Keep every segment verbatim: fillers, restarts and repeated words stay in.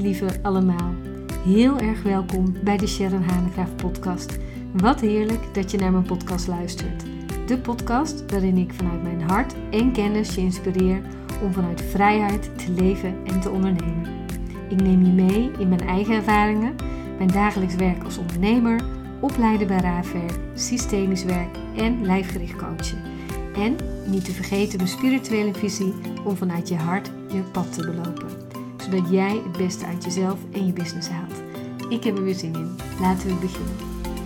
lieve allemaal. Heel erg welkom bij de Sharon Hanegraaf podcast. Wat heerlijk dat je naar mijn podcast luistert. De podcast waarin ik vanuit mijn hart en kennis je inspireer om vanuit vrijheid te leven en te ondernemen. Ik neem je mee in mijn eigen ervaringen, mijn dagelijks werk als ondernemer, opleiden bij Raafwerk, systemisch werk en lijfgericht coachen. En niet te vergeten mijn spirituele visie om vanuit je hart je pad te belopen. Zodat jij het beste uit jezelf en je business haalt. Ik heb er weer zin in. Laten we beginnen.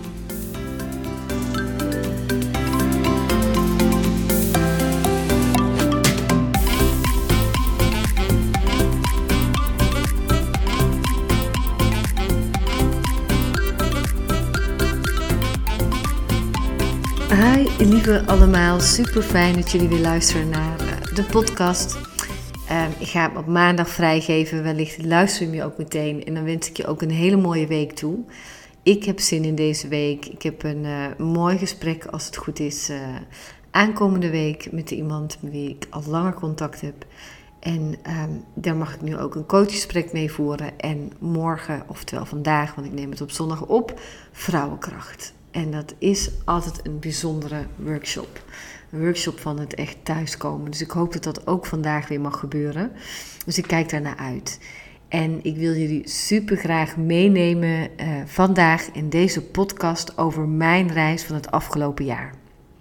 Hi lieve allemaal, super fijn dat jullie weer luisteren naar de podcast. Um, ik ga hem op maandag vrijgeven, wellicht luister je me ook meteen en dan wens ik je ook een hele mooie week toe. Ik heb zin in deze week, ik heb een uh, mooi gesprek als het goed is uh, aankomende week met iemand met wie ik al langer contact heb. En um, daar mag ik nu ook een coachgesprek mee voeren en morgen, oftewel vandaag, want ik neem het op zondag op, vrouwenkracht. En dat is altijd een bijzondere workshop. Een workshop van het echt thuiskomen. Dus ik hoop dat dat ook vandaag weer mag gebeuren. Dus ik kijk daarnaar uit. En ik wil jullie super graag meenemen uh, vandaag in deze podcast over mijn reis van het afgelopen jaar.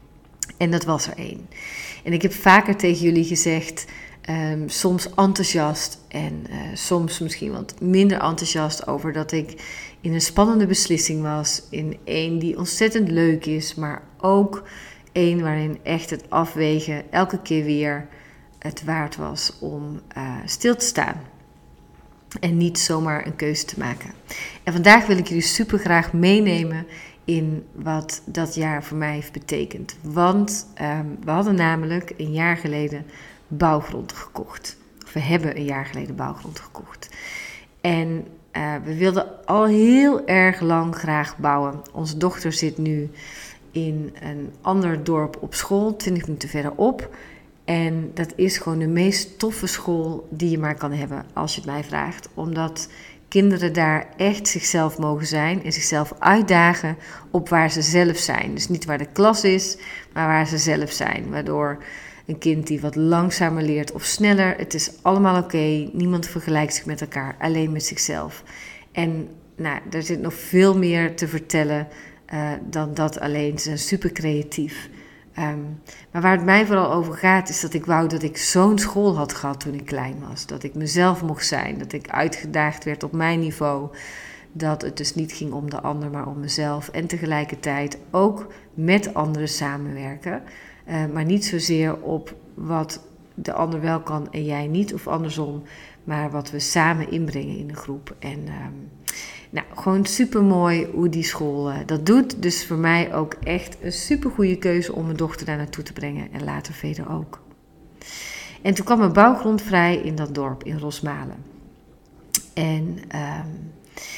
En dat was er één. En ik heb vaker tegen jullie gezegd, um, soms enthousiast en uh, soms misschien wat minder enthousiast over dat ik in een spannende beslissing was. In één die ontzettend leuk is, maar ook één waarin echt het afwegen elke keer weer het waard was om uh, stil te staan. En niet zomaar een keuze te maken. En vandaag wil ik jullie super graag meenemen in wat dat jaar voor mij heeft betekend. Want um, we hadden namelijk een jaar geleden bouwgrond gekocht. Of we hebben een jaar geleden bouwgrond gekocht. En uh, we wilden al heel erg lang graag bouwen. Onze dochter zit nu in een ander dorp op school, twintig minuten verderop. En dat is gewoon de meest toffe school die je maar kan hebben, als je het mij vraagt. Omdat kinderen daar echt zichzelf mogen zijn en zichzelf uitdagen op waar ze zelf zijn. Dus niet waar de klas is, maar waar ze zelf zijn. Waardoor een kind die wat langzamer leert of sneller, het is allemaal oké. Okay. Niemand vergelijkt zich met elkaar, alleen met zichzelf. En nou, er zit nog veel meer te vertellen Uh, dan dat alleen. Ze zijn super creatief. Um, maar waar het mij vooral over gaat, is dat ik wou dat ik zo'n school had gehad toen ik klein was. Dat ik mezelf mocht zijn. Dat ik uitgedaagd werd op mijn niveau. Dat het dus niet ging om de ander, maar om mezelf. En tegelijkertijd ook met anderen samenwerken. Uh, maar niet zozeer op wat de ander wel kan en jij niet, of andersom. Maar wat we samen inbrengen in de groep. En Um, Nou, gewoon super mooi hoe die school uh, dat doet. Dus voor mij ook echt een super goede keuze om mijn dochter daar naartoe te brengen. En later verder ook. En toen kwam een bouwgrond vrij in dat dorp, in Rosmalen. En um,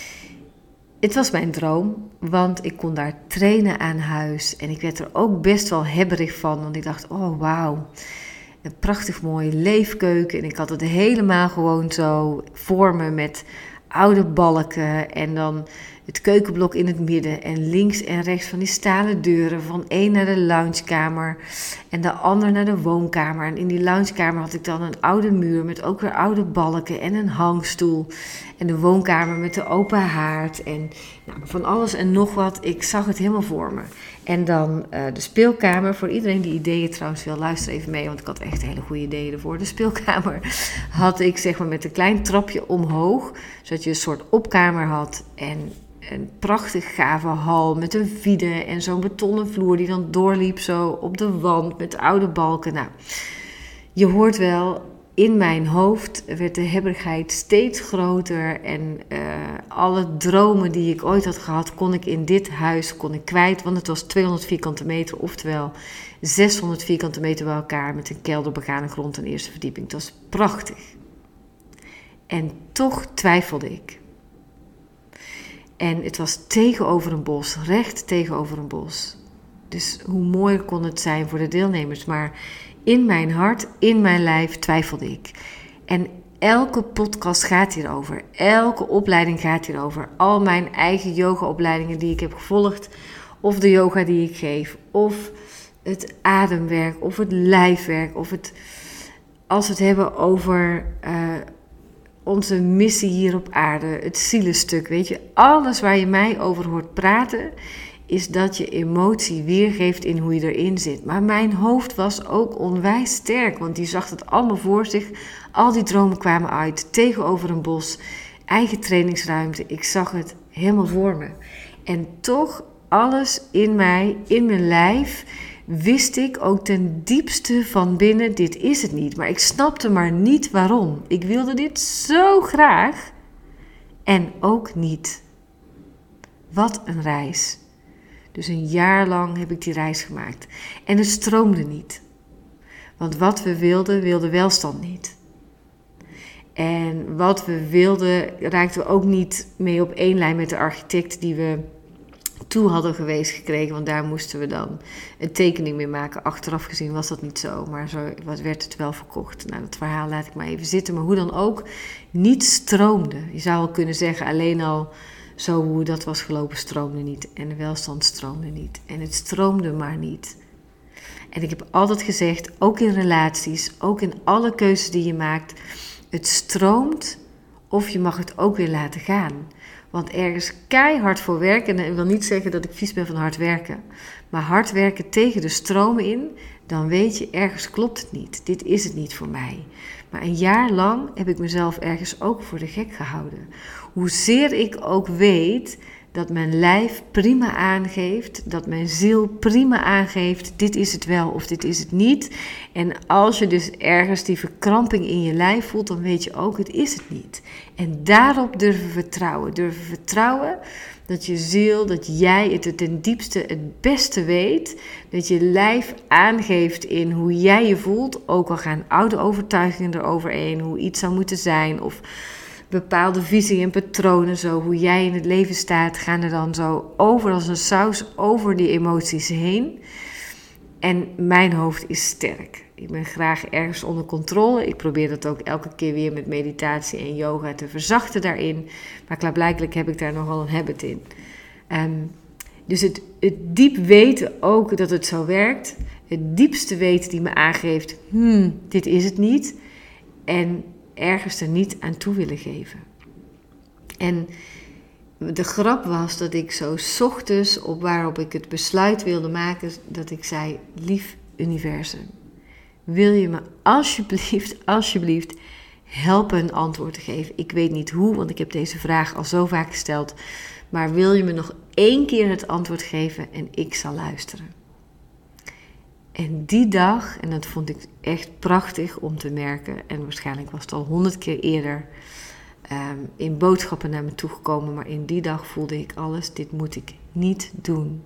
het was mijn droom, want ik kon daar trainen aan huis. En ik werd er ook best wel hebberig van, want ik dacht, oh wauw. Een prachtig mooie leefkeuken. En ik had het helemaal gewoon zo voor me met oude balken en dan het keukenblok in het midden en links en rechts van die stalen deuren, van één naar de loungekamer en de ander naar de woonkamer. En in die loungekamer had ik dan een oude muur met ook weer oude balken en een hangstoel en de woonkamer met de open haard en nou, van alles en nog wat. Ik zag het helemaal voor me. En dan uh, de speelkamer. Voor iedereen die ideeën trouwens wil, luister even mee, want ik had echt hele goede ideeën ervoor. De speelkamer had ik zeg maar met een klein trapje omhoog, zodat je een soort opkamer had en een prachtig gave hal met een vide en zo'n betonnen vloer die dan doorliep zo op de wand met oude balken. Nou, je hoort wel, in mijn hoofd werd de hebberigheid steeds groter en uh, alle dromen die ik ooit had gehad kon ik in dit huis kon ik kwijt, want het was tweehonderd vierkante meter, oftewel zeshonderd vierkante meter bij elkaar met een kelder, begane grond en eerste verdieping. Het was prachtig. En toch twijfelde ik. En het was tegenover een bos, recht tegenover een bos. Dus hoe mooi kon het zijn voor de deelnemers. Maar in mijn hart, in mijn lijf twijfelde ik. En elke podcast gaat hierover. Elke opleiding gaat hierover. Al mijn eigen yogaopleidingen die ik heb gevolgd. Of de yoga die ik geef. Of het ademwerk. Of het lijfwerk. Of het, als we het hebben over uh, onze missie hier op aarde. Het zielenstuk. Weet je, alles waar je mij over hoort praten, is dat je emotie weergeeft in hoe je erin zit. Maar mijn hoofd was ook onwijs sterk, want die zag het allemaal voor zich. Al die dromen kwamen uit, tegenover een bos, eigen trainingsruimte. Ik zag het helemaal voor me. En toch, alles in mij, in mijn lijf, wist ik ook ten diepste van binnen, dit is het niet. Maar ik snapte maar niet waarom. Ik wilde dit zo graag en ook niet. Wat een reis. Dus een jaar lang heb ik die reis gemaakt. En het stroomde niet. Want wat we wilden, wilde welstand niet. En wat we wilden, raakten we ook niet mee op één lijn met de architect die we toe hadden geweest gekregen. Want daar moesten we dan een tekening mee maken. Achteraf gezien was dat niet zo, maar zo werd het wel verkocht. Nou, dat verhaal laat ik maar even zitten. Maar hoe dan ook, niet stroomde. Je zou wel kunnen zeggen, alleen al zo hoe dat was gelopen stroomde niet. En de welstand stroomde niet. En het stroomde maar niet. En ik heb altijd gezegd, ook in relaties, ook in alle keuzes die je maakt, het stroomt of je mag het ook weer laten gaan. Want ergens keihard voor werken, en ik wil niet zeggen dat ik vies ben van hard werken, maar hard werken tegen de stromen in, dan weet je, ergens klopt het niet. Dit is het niet voor mij. Maar een jaar lang heb ik mezelf ergens ook voor de gek gehouden. Hoezeer ik ook weet dat mijn lijf prima aangeeft, dat mijn ziel prima aangeeft, dit is het wel of dit is het niet. En als je dus ergens die verkramping in je lijf voelt, dan weet je ook, het is het niet. En daarop durven vertrouwen. Durven vertrouwen dat je ziel, dat jij het ten diepste het beste weet. Dat je lijf aangeeft in hoe jij je voelt. Ook al gaan oude overtuigingen eroverheen, hoe iets zou moeten zijn. Of bepaalde visie en patronen, zo hoe jij in het leven staat, gaan er dan zo over als een saus over die emoties heen. En mijn hoofd is sterk. Ik ben graag ergens onder controle. Ik probeer dat ook elke keer weer met meditatie en yoga te verzachten daarin. Maar klaarblijkelijk heb ik daar nogal een habit in. Um, dus het, het diep weten ook dat het zo werkt. Het diepste weten die me aangeeft, hmm, dit is het niet. En ergens er niet aan toe willen geven. En de grap was dat ik zo 's ochtends, op waarop ik het besluit wilde maken, dat ik zei, lief universum, wil je me alsjeblieft, alsjeblieft helpen een antwoord te geven? Ik weet niet hoe, want ik heb deze vraag al zo vaak gesteld, maar wil je me nog één keer het antwoord geven en ik zal luisteren? En die dag, en dat vond ik echt prachtig om te merken, en waarschijnlijk was het al honderd keer eerder um, in boodschappen naar me toegekomen, maar in die dag voelde ik alles, dit moet ik niet doen.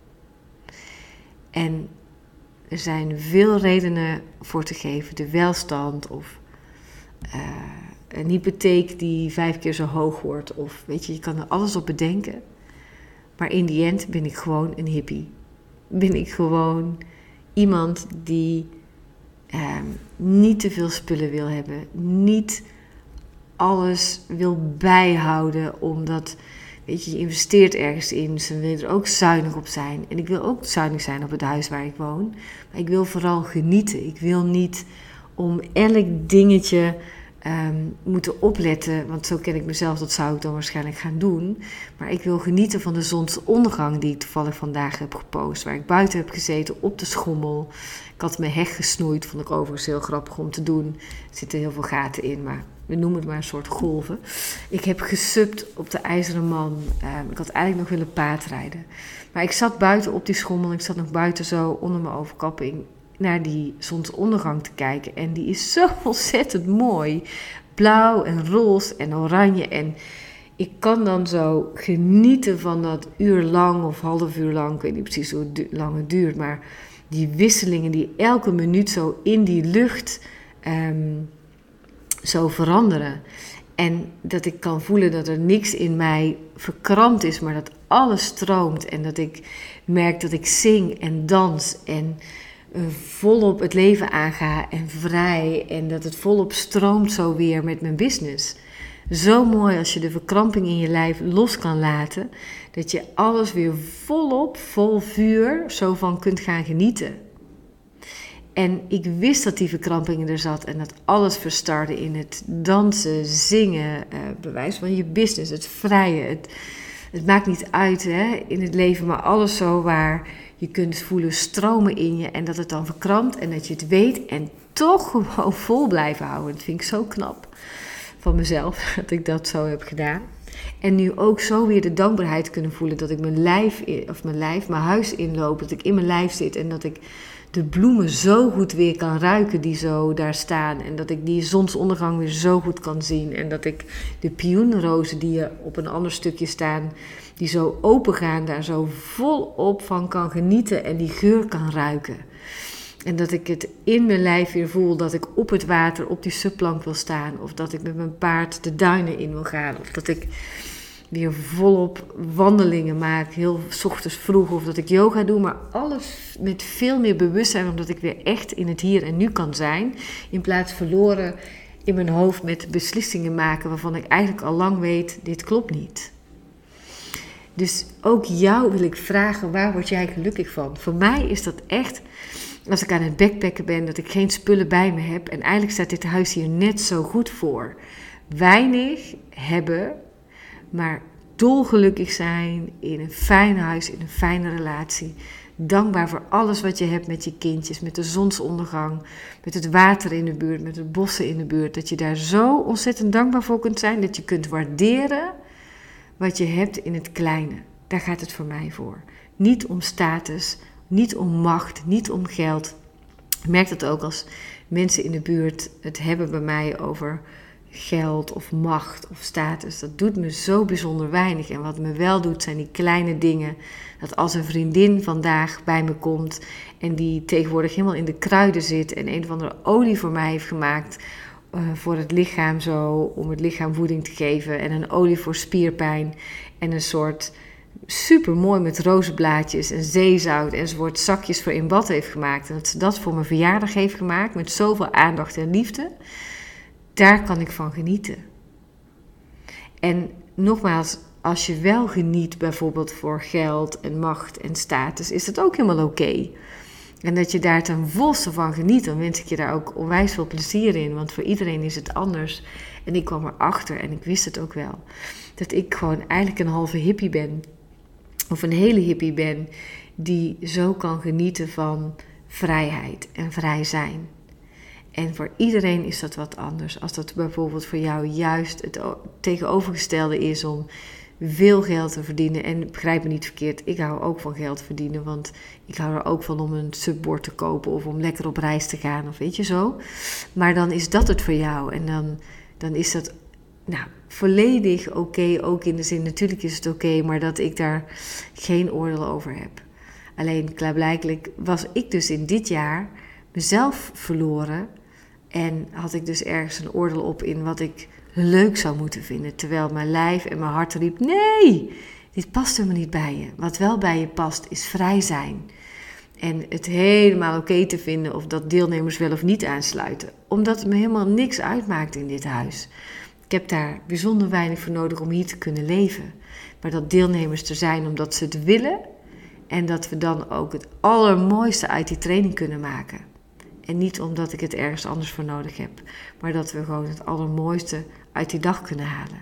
En er zijn veel redenen voor te geven, de welstand of uh, een hypotheek die vijf keer zo hoog wordt, of weet je, je kan er alles op bedenken. Maar in die end ben ik gewoon een hippie. Ben ik gewoon iemand die eh, niet te veel spullen wil hebben. Niet alles wil bijhouden. Omdat, weet je, je investeert ergens in. Dus dan wil je er ook zuinig op zijn. En ik wil ook zuinig zijn op het huis waar ik woon. Maar ik wil vooral genieten. Ik wil niet om elk dingetje Um, moeten opletten, want zo ken ik mezelf, dat zou ik dan waarschijnlijk gaan doen. Maar ik wil genieten van de zonsondergang die ik toevallig vandaag heb gepost, waar ik buiten heb gezeten op de schommel. Ik had mijn heg gesnoeid, vond ik overigens heel grappig om te doen. Er zitten heel veel gaten in, maar we noemen het maar een soort golven. Ik heb gesubt op de IJzeren Man. Um, ik had eigenlijk nog willen paardrijden. Maar ik zat buiten op die schommel, ik zat nog buiten zo onder mijn overkapping naar die zonsondergang te kijken. En die is zo ontzettend mooi. Blauw en roze en oranje. En ik kan dan zo genieten van dat uur lang of half uur lang. Ik weet niet precies hoe lang het duurt. Maar die wisselingen die elke minuut zo in die lucht um, zo veranderen. En dat ik kan voelen dat er niks in mij verkrampt is. Maar dat alles stroomt. En dat ik merk dat ik zing en dans en uh, volop het leven aanga en vrij. En dat het volop stroomt zo weer met mijn business. Zo mooi als je de verkramping in je lijf los kan laten. Dat je alles weer volop, vol vuur, zo van kunt gaan genieten. En ik wist dat die verkramping er zat en dat alles verstarde in het dansen, zingen, uh, bewijs van je business, het vrije. Het, het maakt niet uit hè, in het leven, maar alles zo waar je kunt voelen stromen in je en dat het dan verkrampt en dat je het weet en toch gewoon vol blijven houden. Dat vind ik zo knap van mezelf, dat ik dat zo heb gedaan. En nu ook zo weer de dankbaarheid kunnen voelen dat ik mijn lijf, of mijn lijf, mijn huis inloop, dat ik in mijn lijf zit en dat ik de bloemen zo goed weer kan ruiken die zo daar staan. En dat ik die zonsondergang weer zo goed kan zien. En dat ik de pioenrozen die er op een ander stukje staan, die zo open gaan, daar zo volop van kan genieten en die geur kan ruiken. En dat ik het in mijn lijf weer voel dat ik op het water op die subplank wil staan. Of dat ik met mijn paard de duinen in wil gaan. Of dat ik weer volop wandelingen maak, heel 's ochtends vroeg. Of dat ik yoga doe, maar alles met veel meer bewustzijn. Omdat ik weer echt in het hier en nu kan zijn. In plaats verloren in mijn hoofd met beslissingen maken waarvan ik eigenlijk al lang weet, dit klopt niet. Dus ook jou wil ik vragen, waar word jij gelukkig van? Voor mij is dat echt, als ik aan het backpacken ben, dat ik geen spullen bij me heb. En eigenlijk staat dit huis hier net zo goed voor. Weinig hebben, maar dolgelukkig zijn in een fijn huis, in een fijne relatie. Dankbaar voor alles wat je hebt met je kindjes, met de zonsondergang, met het water in de buurt, met de bossen in de buurt. Dat je daar zo ontzettend dankbaar voor kunt zijn, dat je kunt waarderen wat je hebt in het kleine. Daar gaat het voor mij voor. Niet om status, niet om macht, niet om geld. Ik merk dat ook als mensen in de buurt het hebben bij mij over geld of macht of status. Dat doet me zo bijzonder weinig. En wat me wel doet zijn die kleine dingen. Dat als een vriendin vandaag bij me komt en die tegenwoordig helemaal in de kruiden zit en een of andere olie voor mij heeft gemaakt uh, voor het lichaam zo, om het lichaam voeding te geven en een olie voor spierpijn en een soort super mooi met rozenblaadjes en zeezout enzovoort zakjes voor in bad heeft gemaakt. En dat ze dat voor mijn verjaardag heeft gemaakt met zoveel aandacht en liefde. Daar kan ik van genieten. En nogmaals, als je wel geniet bijvoorbeeld voor geld en macht en status, is dat ook helemaal oké. Okay. En dat je daar ten volste van geniet, dan wens ik je daar ook onwijs veel plezier in. Want voor iedereen is het anders. En ik kwam erachter, en ik wist het ook wel, dat ik gewoon eigenlijk een halve hippie ben. Of een hele hippie ben, die zo kan genieten van vrijheid en vrij zijn. En voor iedereen is dat wat anders. Als dat bijvoorbeeld voor jou juist het tegenovergestelde is om veel geld te verdienen. En begrijp me niet verkeerd, ik hou ook van geld verdienen. Want ik hou er ook van om een subbord te kopen of om lekker op reis te gaan of weet je zo. Maar dan is dat het voor jou. En dan, dan is dat nou, volledig oké. Okay, ook in de zin, natuurlijk is het oké, okay, maar dat ik daar geen oordeel over heb. Alleen klaarblijkelijk was ik dus in dit jaar mezelf verloren. En had ik dus ergens een oordeel op in wat ik leuk zou moeten vinden. Terwijl mijn lijf en mijn hart riep, nee, dit past helemaal niet bij je. Wat wel bij je past is vrij zijn. En het helemaal oké okay te vinden of dat deelnemers wel of niet aansluiten. Omdat het me helemaal niks uitmaakt in dit huis. Ik heb daar bijzonder weinig voor nodig om hier te kunnen leven. Maar dat deelnemers er zijn omdat ze het willen. En dat we dan ook het allermooiste uit die training kunnen maken. En niet omdat ik het ergens anders voor nodig heb. Maar dat we gewoon het allermooiste uit die dag kunnen halen.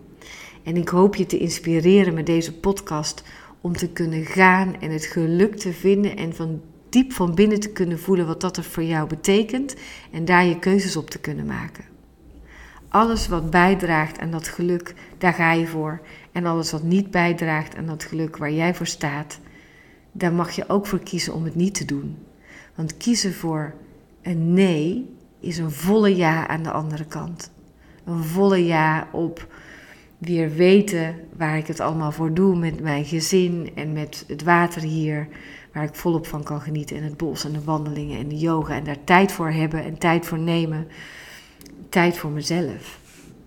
En ik hoop je te inspireren met deze podcast om te kunnen gaan en het geluk te vinden. En van diep van binnen te kunnen voelen wat dat er voor jou betekent. En daar je keuzes op te kunnen maken. Alles wat bijdraagt aan dat geluk, daar ga je voor. En alles wat niet bijdraagt aan dat geluk waar jij voor staat, daar mag je ook voor kiezen om het niet te doen. Want kiezen voor een nee is een volle ja aan de andere kant. Een volle ja op weer weten waar ik het allemaal voor doe met mijn gezin en met het water hier, waar ik volop van kan genieten en het bos en de wandelingen en de yoga en daar tijd voor hebben en tijd voor nemen. Tijd voor mezelf.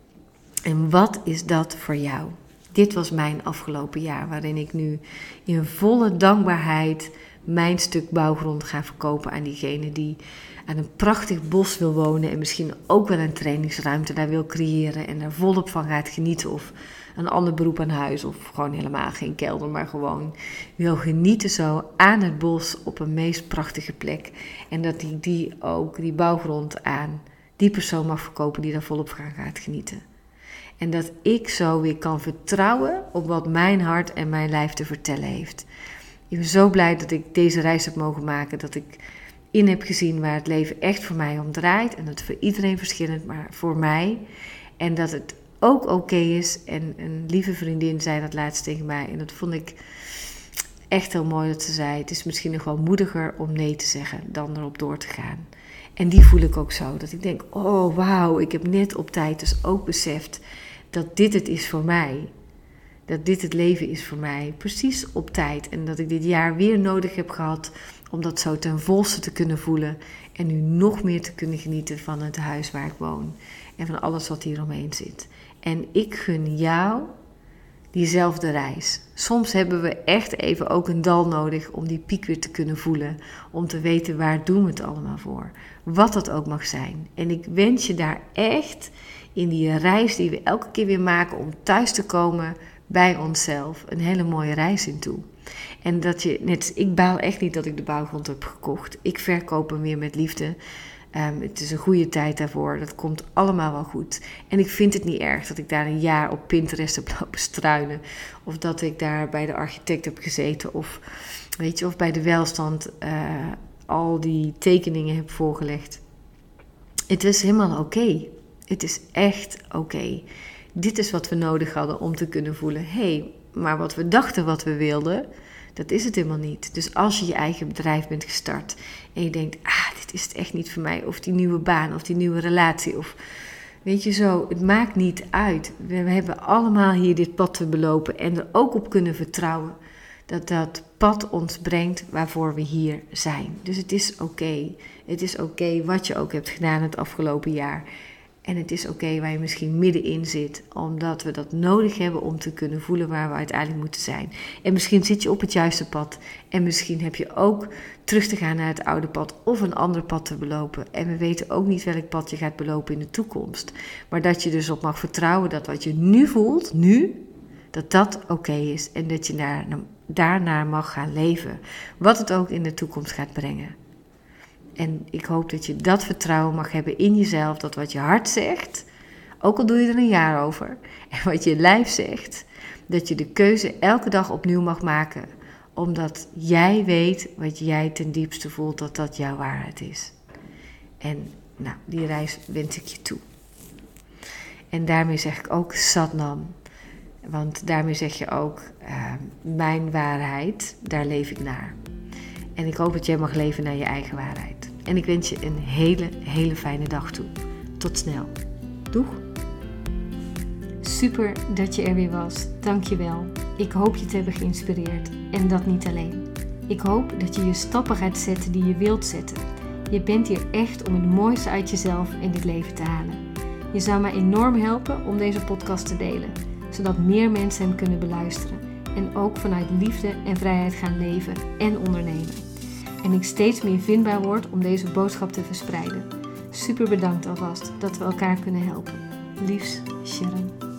En wat is dat voor jou? Dit was mijn afgelopen jaar, waarin ik nu in volle dankbaarheid mijn stuk bouwgrond ga verkopen aan diegene die aan een prachtig bos wil wonen en misschien ook wel een trainingsruimte daar wil creëren en daar volop van gaat genieten, of een ander beroep aan huis, of gewoon helemaal geen kelder, maar gewoon wil genieten zo aan het bos op een meest prachtige plek. En dat die, die ook die bouwgrond aan die persoon mag verkopen die daar volop van gaat genieten. En dat ik zo weer kan vertrouwen op wat mijn hart en mijn lijf te vertellen heeft. Ik ben zo blij dat ik deze reis heb mogen maken, dat ik in heb gezien waar het leven echt voor mij om draait. En dat is voor iedereen verschillend, maar voor mij. En dat het ook oké okay is. En een lieve vriendin zei dat laatst tegen mij. En dat vond ik echt heel mooi dat ze zei. Het is misschien nog wel moediger om nee te zeggen dan erop door te gaan. En die voel ik ook zo. Dat ik denk, oh wauw, ik heb net op tijd dus ook beseft dat dit het is voor mij. Dat dit het leven is voor mij. Precies op tijd. En dat ik dit jaar weer nodig heb gehad om dat zo ten volste te kunnen voelen. En nu nog meer te kunnen genieten van het huis waar ik woon. En van alles wat hier omheen zit. En ik gun jou diezelfde reis. Soms hebben we echt even ook een dal nodig om die piek weer te kunnen voelen. Om te weten waar doen we het allemaal voor. Wat dat ook mag zijn. En ik wens je daar echt in die reis die we elke keer weer maken om thuis te komen bij onszelf een hele mooie reis in toe. En dat je, net, ik baal echt niet dat ik de bouwgrond heb gekocht. Ik verkoop hem weer met liefde. Um, het is een goede tijd daarvoor. Dat komt allemaal wel goed. En ik vind het niet erg dat ik daar een jaar op Pinterest heb lopen struinen. Of dat ik daar bij de architect heb gezeten. Of, weet je, of bij de welstand uh, al die tekeningen heb voorgelegd. Het is helemaal oké. Okay. Het is echt oké. Okay. Dit is wat we nodig hadden om te kunnen voelen. Hé, hey, maar wat we dachten wat we wilden, dat is het helemaal niet. Dus als je je eigen bedrijf bent gestart en je denkt, ah, dit is het echt niet voor mij. Of die nieuwe baan, of die nieuwe relatie. Of weet je zo, het maakt niet uit. We hebben allemaal hier dit pad te belopen en er ook op kunnen vertrouwen dat dat pad ons brengt waarvoor we hier zijn. Dus het is oké. Okay. Het is oké okay wat je ook hebt gedaan het afgelopen jaar. En het is oké okay waar je misschien middenin zit, omdat we dat nodig hebben om te kunnen voelen waar we uiteindelijk moeten zijn. En misschien zit je op het juiste pad en misschien heb je ook terug te gaan naar het oude pad of een ander pad te belopen. En we weten ook niet welk pad je gaat belopen in de toekomst. Maar dat je dus op mag vertrouwen dat wat je nu voelt, nu, dat dat oké okay is en dat je daar, daarnaar mag gaan leven. Wat het ook in de toekomst gaat brengen. En ik hoop dat je dat vertrouwen mag hebben in jezelf. Dat wat je hart zegt, ook al doe je er een jaar over. En wat je lijf zegt, dat je de keuze elke dag opnieuw mag maken. Omdat jij weet wat jij ten diepste voelt dat dat jouw waarheid is. En nou, die reis wens ik je toe. En daarmee zeg ik ook Satnam. Want daarmee zeg je ook, uh, mijn waarheid, daar leef ik naar. En ik hoop dat jij mag leven naar je eigen waarheid. En ik wens je een hele, hele fijne dag toe. Tot snel. Doeg! Super dat je er weer was. Dank je wel. Ik hoop je te hebben geïnspireerd. En dat niet alleen. Ik hoop dat je je stappen gaat zetten die je wilt zetten. Je bent hier echt om het mooiste uit jezelf in dit leven te halen. Je zou mij enorm helpen om deze podcast te delen. Zodat meer mensen hem kunnen beluisteren. En ook vanuit liefde en vrijheid gaan leven en ondernemen. En ik steeds meer vindbaar word om deze boodschap te verspreiden. Super bedankt alvast dat we elkaar kunnen helpen. Liefs, Sharon.